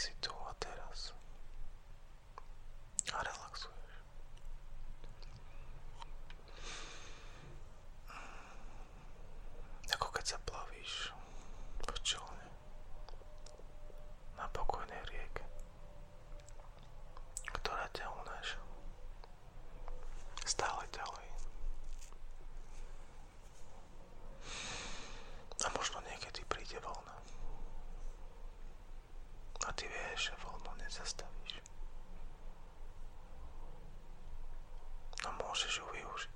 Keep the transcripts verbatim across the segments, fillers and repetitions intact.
si tu a teraz a relaxuješ. Ako keď sa plavíš v člne na pokojnej rieke, ktorá ťa unáša stále ďalej. A možno niekedy príde vlna. A ty vieš, že vlnu nezastavíš. A môžeš ju využiť.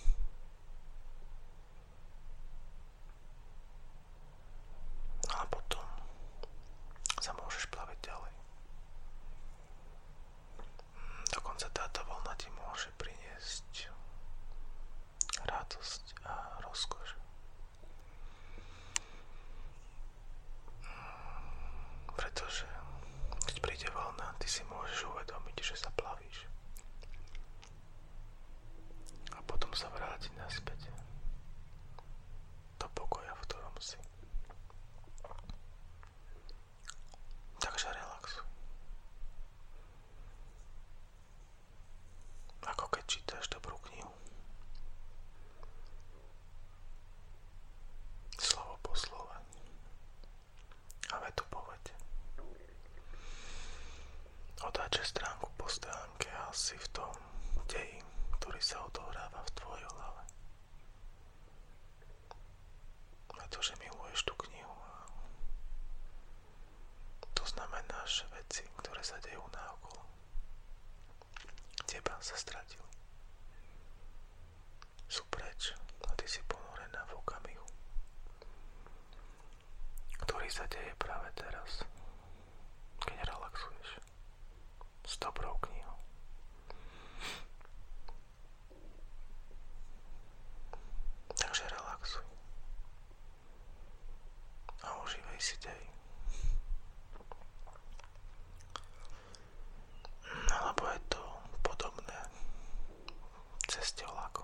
A potom sa môžeš plaviť ďalej. Dokonca táto vlna ti môže priniesť radosť a rozkoš. Pretože keď príde vlna, ty si môžeš uvedomiť, že sa plavíš. A potom sa vrátiť naspäť do pokoja, v ktorom si. Takže relaxuj. Ako keď čítaš dobrú knihu. Slovo po slove. A vetu po vete. Otáčaj stránku po stránke a si v tom deji, ktorý sa odohráva v tvojej hlave. Pretože miluješ tú knihu a to znamená, že veci, ktoré sa dejú naokolo teba, sa stratili. Sú preč a ty si ponorená v okamihu, ktorý sa deje práve teraz, keď relaxuješ s dobrou knihou. Takže relaxuj a užívaj si dej. Alebo je to podobné ceste vlakom.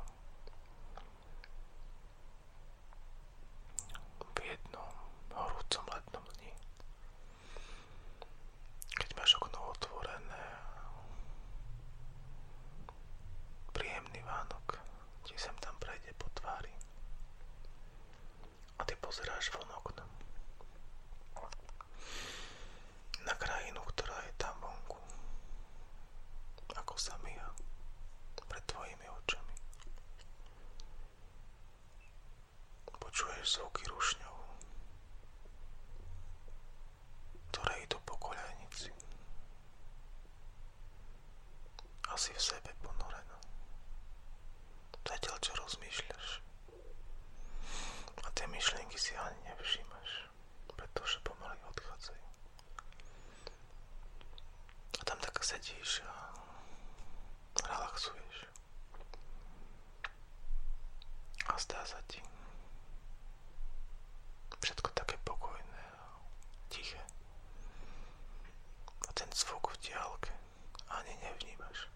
V jednom horúcom letnom dni, keď máš okno otvorené, príjemný Vánok ti sem tam prejde po tvári a ty pozeráš von oknom na krajinu, ktorá je tam vonku, ako sa myha pred tvojimi očami. Počuješ zvuky rušňov, ktoré idú po koľajnici. Asi v sebe ponorená. Zatiaľ, čo rozmýšľaš. A tie myšlienky si ani nevšímaš, pretože pomaly odchádzajú. A tam tak sedíš a relaxuješ. A zdá sa ti všetko také pokojné a tiché. A ten zvuk v diaľke ani nevnímaš.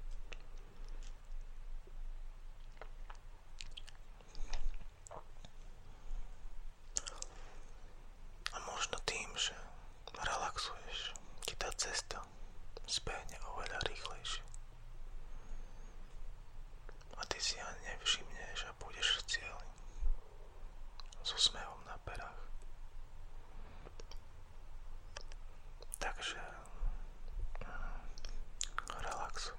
A možno tým, že relaxuješ, ti tá cesta zbehne oveľa rýchlejšie. A ty si ani nevšimneš a budeš v cieli s úsmevom na perách. Takže relaxuj.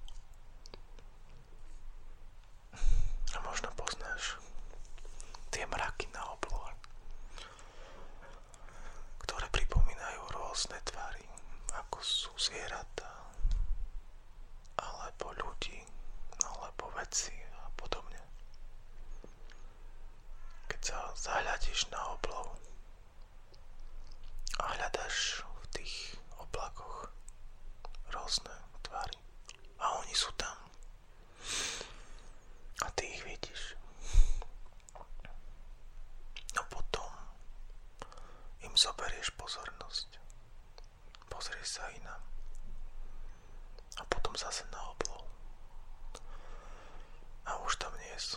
A možno poznáš tie mraky na oblohe, ktoré pripomínajú rôzne tvary, ako sú zvieratá, alebo ľudí, alebo veci a podobne. Keď sa zahľadíš na oblohu a hľadaš v tých oblakoch rôzne tvary a oni sú tam a ty ich vidíš. No potom im zoberieš pozornosť. Pozrieš sa inám a potom zase na oblohu a už tam nie sú.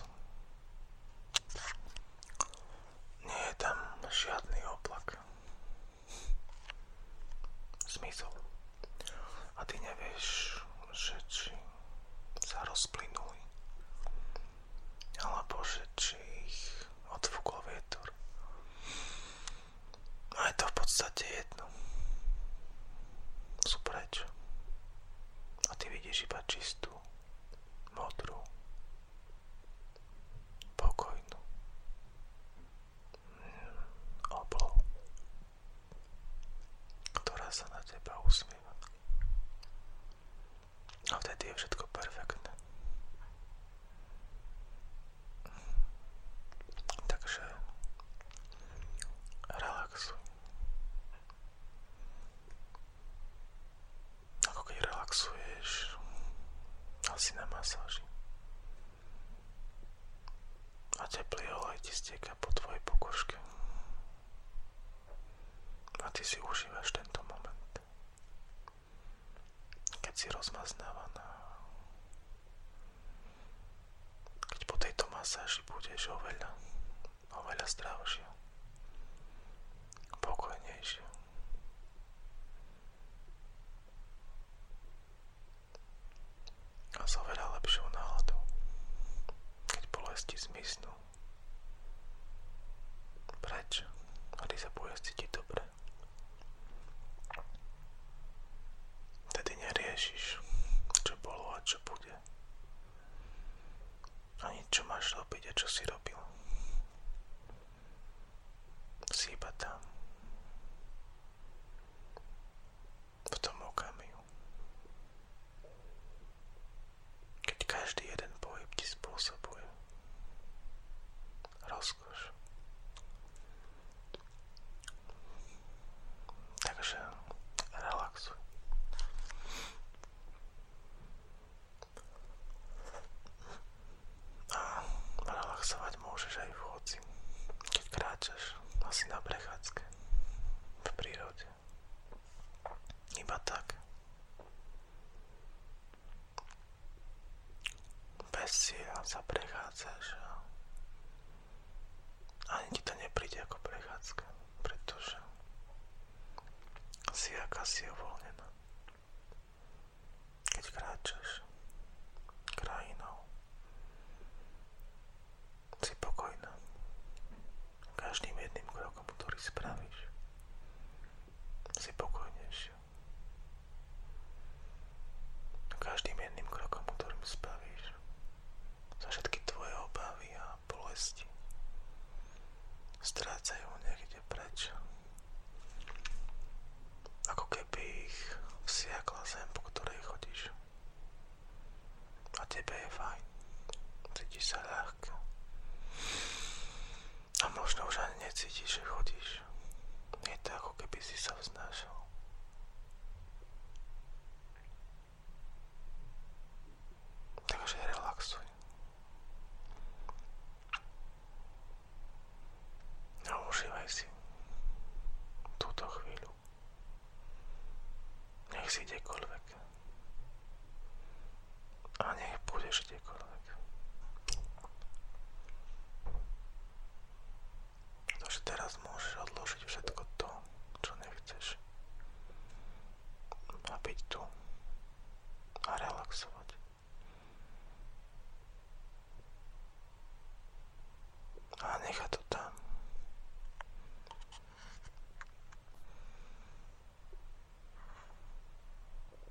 Nie je tam žiadny oblak. zmizol. A ty nevieš, že či sa rozplynuli, alebo že či ich odfúkol vietor. A je to v podstate jedno. Sú preč. A ty vidíš iba čistú, modrú, pokojnú oblohu, ktorá sa na teba usmieva. A vtedy je všetko perfektné. Takže relaxuj. Ako keď relaxuješ asi na masáži. A teplý olej ti stieká po tvojej pokožke. A ty si užívaš tento moment. Keď si rozmaznávaná. Keď po tejto masáži budeš oveľa, oveľa zdravšia. Pokojnejšia. A s oveľa lepšou náladou. Keď bolesti zmiznú preč a ty sa budeš cítiť dobre. Tedy neriešiš, čo bolo a čo bude. Ani čo máš robiť a čo si robil. Si iba tam. V tom okamihu. Keď každý jeden pohyb ti spôsobuje rozkoš. Takže relaxuj. A relaxovať môžeš aj v chodci, keď kráčaš asi na prechádzke v prírode. Iba tak. Bez cieľa sa prechádzaš a ani ti to nepríde ako prechádzka, pretože si akási uvoľnená. Keď kráčaš krajinou, si pokojná. Každým jedným krokom, ktorý spravíš, si pokojnejšia. Každým jedným krokom, ktorým spravíš, za všetky tvoje obavy a bolesti strácajú niekde preč. Ako keby ich vsiakla zem, po ktorej chodíš. A tebe je fajn. Cítiš sa ľahko. A možno už ani necítiš, že chodíš. Je to ako keby si sa vznášal. Takže relaxuj. A užívaj si túto chvíľu. Nech si kdekoľvek. A nech budeš kdekoľvek. Takže teraz môžeš odložiť všetko to, čo nechceš.